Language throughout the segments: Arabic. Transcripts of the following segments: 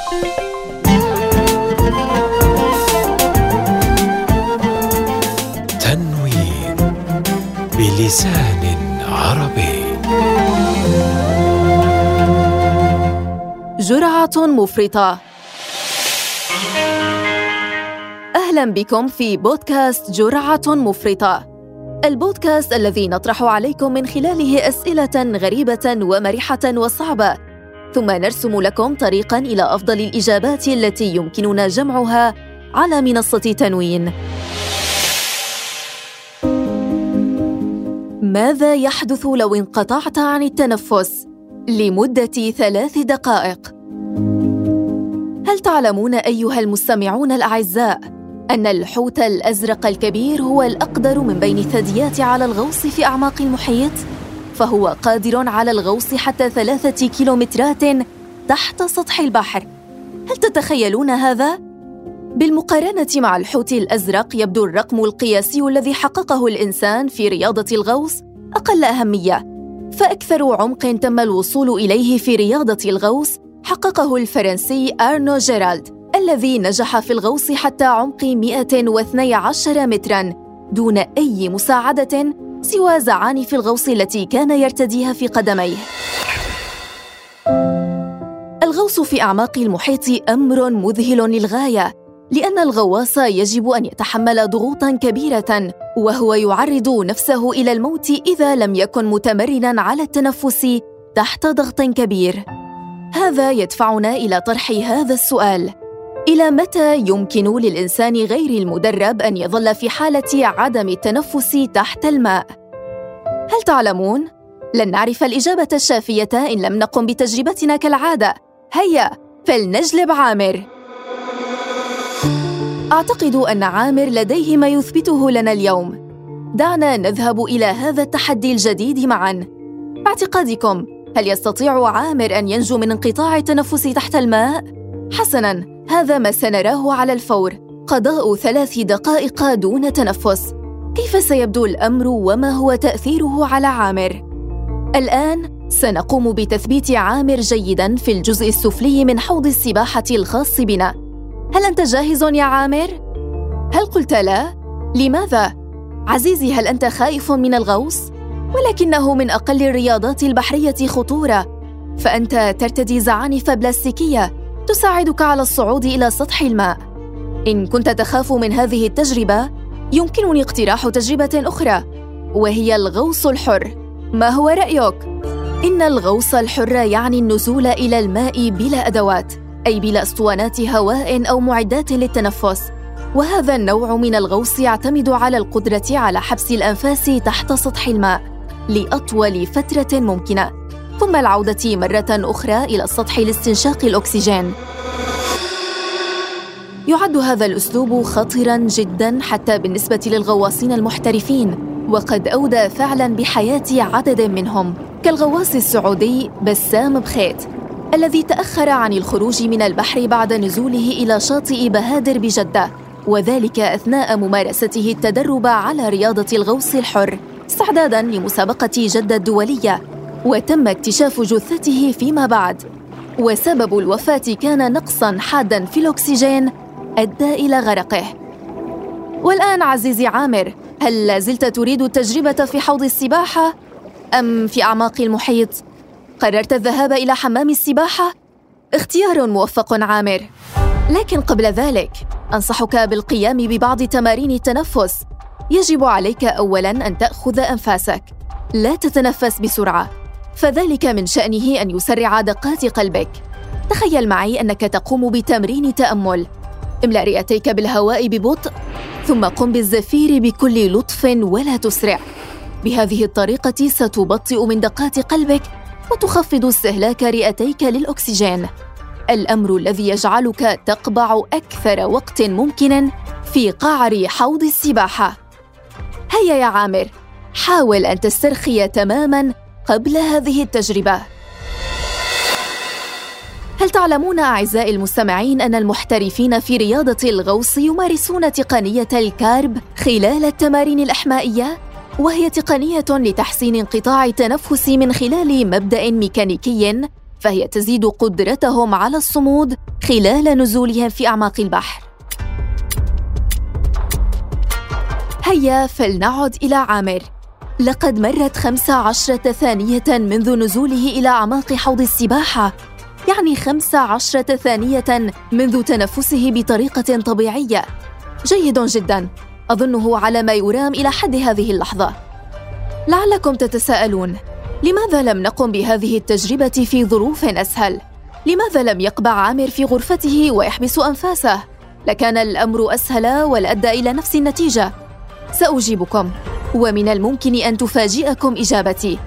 تنوين بلسان عربي. جرعة مفرطة. أهلا بكم في بودكاست جرعة مفرطة، البودكاست الذي نطرح عليكم من خلاله أسئلة غريبة ومرحة وصعبة، ثم نرسم لكم طريقاً إلى أفضل الإجابات التي يمكننا جمعها على منصة تنوين. ماذا يحدث لو انقطعت عن التنفس لمدة 3 دقائق؟ هل تعلمون أيها المستمعون الأعزاء أن الحوت الأزرق الكبير هو الأقدر من بين الثدييات على الغوص في أعماق المحيط؟ فهو قادر على الغوص حتى 3 كيلومترات تحت سطح البحر. هل تتخيلون هذا؟ بالمقارنة مع الحوت الأزرق يبدو الرقم القياسي الذي حققه الإنسان في رياضة الغوص أقل أهمية، فأكثر عمق تم الوصول إليه في رياضة الغوص حققه الفرنسي أرنو جيرالد، الذي نجح في الغوص حتى عمق 112 متراً دون أي مساعدة سوى زعانف الغوص التي كان يرتديها في قدميه. الغوص في أعماق المحيط أمر مذهل للغاية، لأن الغواص يجب أن يتحمل ضغوطاً كبيرة، وهو يعرض نفسه إلى الموت إذا لم يكن متمرناً على التنفس تحت ضغط كبير. هذا يدفعنا إلى طرح هذا السؤال: إلى متى يمكن للإنسان غير المدرب أن يظل في حالة عدم التنفس تحت الماء؟ هل تعلمون؟ لن نعرف الإجابة الشافية إن لم نقم بتجربتنا كالعادة. هيا فلنجلب عامر. أعتقد أن عامر لديه ما يثبته لنا اليوم. دعنا نذهب إلى هذا التحدي الجديد معاً. باعتقادكم، هل يستطيع عامر أن ينجو من انقطاع التنفس تحت الماء؟ حسناً، هذا ما سنراه على الفور: قضاء 3 دقائق دون تنفس. كيف سيبدو الأمر وما هو تأثيره على عامر؟ الآن سنقوم بتثبيت عامر جيداً في الجزء السفلي من حوض السباحة الخاص بنا. هل أنت جاهز يا عامر؟ هل قلت لا؟ لماذا؟ عزيزي، هل أنت خائف من الغوص؟ ولكنه من أقل الرياضات البحرية خطورة، فأنت ترتدي زعانف بلاستيكية تساعدك على الصعود إلى سطح الماء. إن كنت تخاف من هذه التجربة، يمكنني اقتراح تجربة أخرى، وهي الغوص الحر. ما هو رأيك؟ إن الغوص الحر يعني النزول إلى الماء بلا أدوات، أي بلا أسطوانات هواء أو معدات للتنفس. وهذا النوع من الغوص يعتمد على القدرة على حبس الأنفاس تحت سطح الماء لأطول فترة ممكنة، ثم العودة مرة أخرى إلى السطح لاستنشاق الأكسجين. يعد هذا الأسلوب خطراً جداً حتى بالنسبة للغواصين المحترفين، وقد أودى فعلاً بحياة عدد منهم، كالغواص السعودي بسام بخيت الذي تأخر عن الخروج من البحر بعد نزوله إلى شاطئ بهادر بجدة، وذلك أثناء ممارسته التدرب على رياضة الغوص الحر استعداداً لمسابقة جدة الدولية. وتم اكتشاف جثته فيما بعد، وسبب الوفاة كان نقصاً حاداً في الأكسجين أدى إلى غرقه. والآن عزيزي عامر، هل لازلت تريد التجربة في حوض السباحة أم في أعماق المحيط؟ قررت الذهاب إلى حمام السباحة؟ اختيار موفق عامر، لكن قبل ذلك أنصحك بالقيام ببعض تمارين التنفس. يجب عليك أولاً أن تأخذ أنفاسك، لا تتنفس بسرعة، فذلك من شأنه أن يسرع دقات قلبك. تخيل معي أنك تقوم بتمرين تأمل. املأ رئتيك بالهواء ببطء، ثم قم بالزفير بكل لطف ولا تسرع. بهذه الطريقة ستبطئ من دقات قلبك وتخفض استهلاك رئتيك للأكسجين، الأمر الذي يجعلك تقبع أكثر وقت ممكن في قعر حوض السباحة. هيا يا عامر، حاول أن تسترخي تماماً قبل هذه التجربة. هل تعلمون أعزائي المستمعين أن المحترفين في رياضة الغوص يمارسون تقنية الكارب خلال التمارين الإحمائية؟ وهي تقنية لتحسين انقطاع التنفس من خلال مبدأ ميكانيكي فهي تزيد قدرتهم على الصمود خلال نزولهم في أعماق البحر. هيا فلنعد إلى عامر. لقد مرت 15 ثانية منذ نزوله إلى أعماق حوض السباحة، يعني 15 ثانية منذ تنفسه بطريقة طبيعية. جيد جداً، أظنه على ما يرام إلى حد هذه اللحظة. لعلكم تتساءلون، لماذا لم نقم بهذه التجربة في ظروف أسهل؟ لماذا لم يقبع عامر في غرفته ويحبس أنفاسه؟ لكان الأمر أسهل ولأدى إلى نفس النتيجة. سأجيبكم، ومن الممكن أن تفاجئكم إجابتي.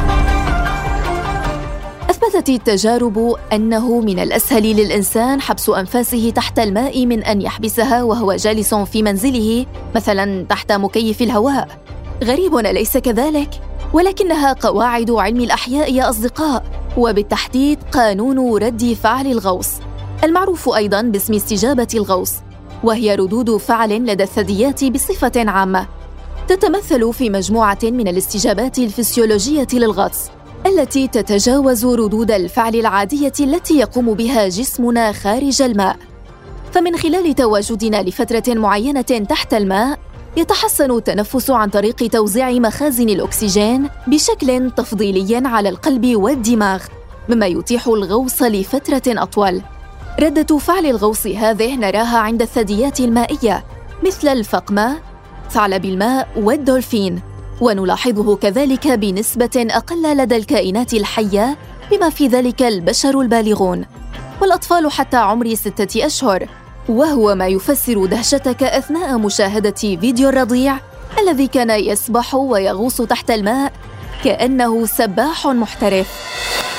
أثبتت التجارب أنه من الأسهل للإنسان حبس أنفاسه تحت الماء من أن يحبسها وهو جالس في منزله، مثلاً تحت مكيف الهواء. غريب أليس كذلك؟ ولكنها قواعد علم الأحياء يا أصدقاء، وبالتحديد قانون رد فعل الغوص، المعروف أيضاً باسم استجابة الغوص، وهي ردود فعل لدى الثدييات بصفة عامة، تتمثل في مجموعة من الاستجابات الفسيولوجية للغطس التي تتجاوز ردود الفعل العادية التي يقوم بها جسمنا خارج الماء. فمن خلال تواجدنا لفترة معينة تحت الماء، يتحسن التنفس عن طريق توزيع مخازن الأكسجين بشكل تفضيلي على القلب والدماغ، مما يتيح الغوص لفترة أطول. ردة فعل الغوص هذه نراها عند الثدييات المائية مثل الفقمة، ثعلب الماء والدولفين، ونلاحظه كذلك بنسبة أقل لدى الكائنات الحية بما في ذلك البشر البالغون والأطفال حتى عمر 6 أشهر، وهو ما يفسر دهشتك أثناء مشاهدة فيديو الرضيع الذي كان يسبح ويغوص تحت الماء كأنه سباح محترف.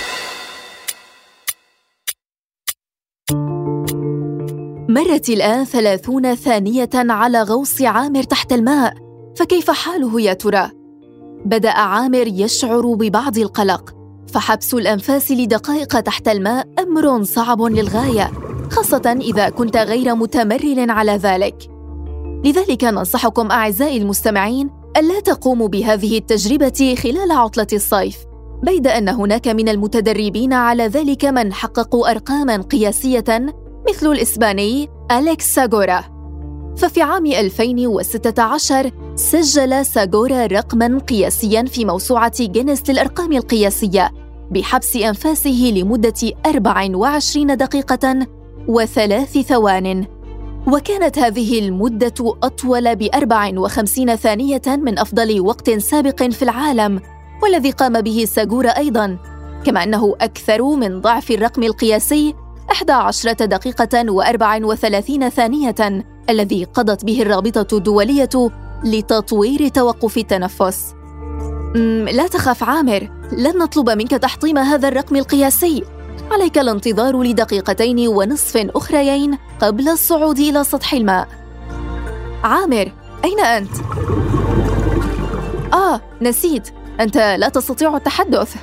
مرت الآن 30 ثانية على غوص عامر تحت الماء، فكيف حاله يا ترى؟ بدأ عامر يشعر ببعض القلق، فحبس الأنفاس لدقائق تحت الماء أمر صعب للغاية، خاصة إذا كنت غير متمرن على ذلك. لذلك ننصحكم أعزائي المستمعين ألا تقوموا بهذه التجربة خلال عطلة الصيف، بيد أن هناك من المتدربين على ذلك من حققوا أرقاماً قياسية مثل الإسباني أليكس ساغورا. ففي عام 2016 سجل ساغورا رقماً قياسياً في موسوعة جينيس للأرقام القياسية بحبس أنفاسه لمدة 24 دقيقة و3 ثوان، وكانت هذه المدة أطول ب54 ثانية من أفضل وقت سابق في العالم، والذي قام به ساغورا أيضاً، كما أنه أكثر من ضعف الرقم القياسي 11 دقيقة و34 ثانية الذي قضت به الرابطة الدولية لتطوير توقف التنفس. لا تخف عامر، لن نطلب منك تحطيم هذا الرقم القياسي، عليك الانتظار لدقيقتين ونصف أخريين قبل الصعود إلى سطح الماء. عامر، أين أنت؟ نسيت، أنت لا تستطيع التحدث.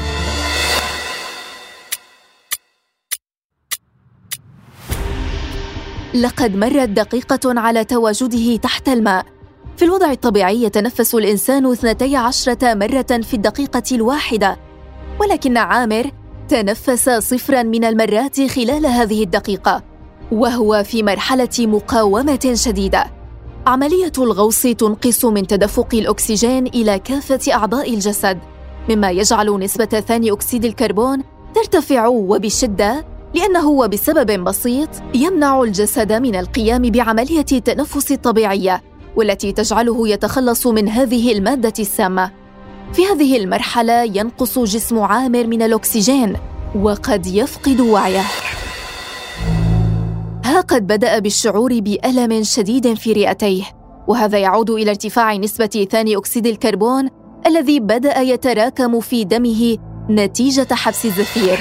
لقد مرت دقيقة على تواجده تحت الماء. في الوضع الطبيعي يتنفس الإنسان 12 مرة في الدقيقة الواحدة، ولكن عامر تنفس 0 من المرات خلال هذه الدقيقة، وهو في مرحلة مقاومة شديدة. عملية الغوص تنقص من تدفق الأكسجين إلى كافة أعضاء الجسد، مما يجعل نسبة ثاني أكسيد الكربون ترتفع وبشدة، لأنه وبسبب بسيط يمنع الجسد من القيام بعملية التنفس الطبيعية، والتي تجعله يتخلص من هذه المادة السامة. في هذه المرحلة ينقص جسم عامر من الأكسجين وقد يفقد وعيه. قد بدأ بالشعور بألم شديد في رئتيه، وهذا يعود إلى ارتفاع نسبة ثاني أكسيد الكربون الذي بدأ يتراكم في دمه نتيجة حبس الزفير.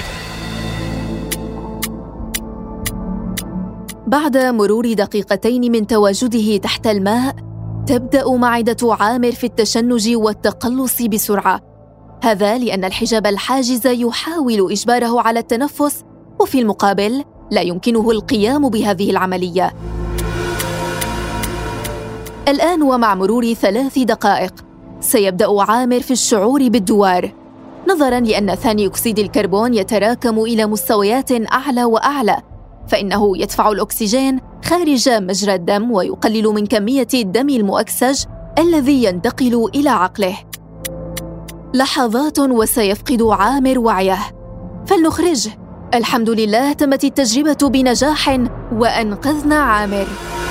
بعد مرور دقيقتين من تواجده تحت الماء، تبدأ معدة عامر في التشنج والتقلص بسرعة، هذا لأن الحجاب الحاجز يحاول إجباره على التنفس، وفي المقابل لا يمكنه القيام بهذه العملية. الآن ومع مرور 3 دقائق سيبدأ عامر في الشعور بالدوار، نظراً لأن ثاني أكسيد الكربون يتراكم إلى مستويات أعلى وأعلى، فإنه يدفع الأكسجين خارج مجرى الدم ويقلل من كمية الدم المؤكسج الذي ينتقل إلى عقله. لحظات وسيفقد عامر وعيه، فلنخرجه. الحمد لله تمت التجربة بنجاح وأنقذنا عامر.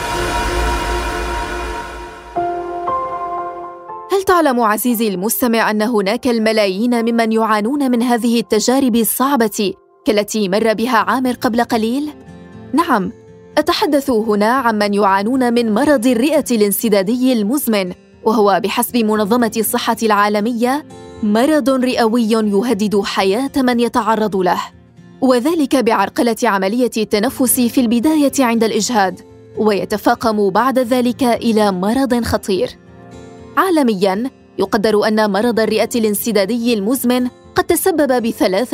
هل تعلم عزيزي المستمع أن هناك الملايين ممن يعانون من هذه التجارب الصعبة كالتي مر بها عامر قبل قليل؟ نعم، أتحدث هنا عمن يعانون من مرض الرئة الانسدادي المزمن، وهو بحسب منظمة الصحة العالمية مرض رئوي يهدد حياة من يتعرض له، وذلك بعرقلة عملية التنفس في البداية عند الإجهاد، ويتفاقم بعد ذلك إلى مرض خطير. عالمياً يقدر أن مرض الرئة الانسدادي المزمن قد تسبب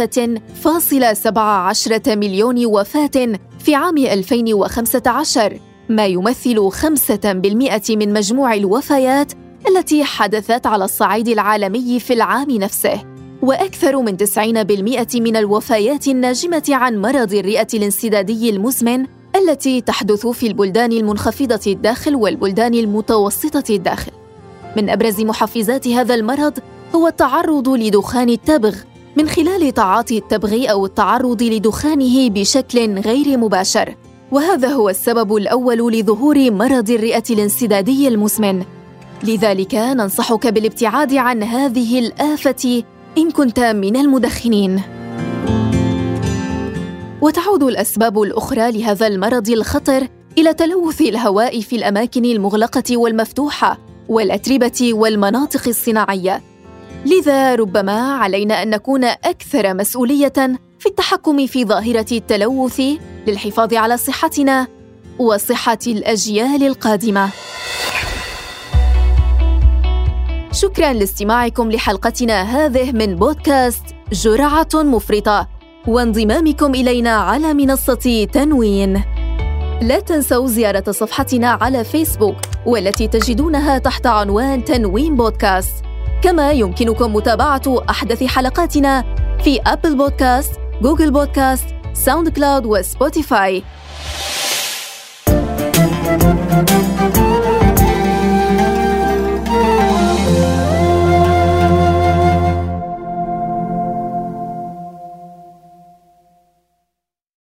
ب3.17 مليون وفاة في عام 2015، ما يمثل 5% من مجموع الوفيات التي حدثت على الصعيد العالمي في العام نفسه، وأكثر من 90% من الوفيات الناجمة عن مرض الرئة الانسدادي المزمن التي تحدث في البلدان المنخفضة الدخل والبلدان المتوسطة الدخل. من أبرز محفزات هذا المرض هو التعرض لدخان التبغ من خلال تعاطي التبغ أو التعرض لدخانه بشكل غير مباشر، وهذا هو السبب الأول لظهور مرض الرئة الانسدادي المزمن. لذلك ننصحك بالابتعاد عن هذه الآفة إن كنت من المدخنين. وتعود الأسباب الأخرى لهذا المرض الخطر إلى تلوث الهواء في الأماكن المغلقة والمفتوحة والأتربة والمناطق الصناعية. لذا ربما علينا أن نكون أكثر مسؤولية في التحكم في ظاهرة التلوث للحفاظ على صحتنا وصحة الأجيال القادمة. شكراً لاستماعكم لحلقتنا هذه من بودكاست جرعة مفرطة، وانضمامكم إلينا على منصة تنوين. لا تنسوا زيارة صفحتنا على فيسبوك والتي تجدونها تحت عنوان تنوين بودكاست، كما يمكنكم متابعة أحدث حلقاتنا في أبل بودكاست، جوجل بودكاست، ساوند كلاود وسبوتيفاي.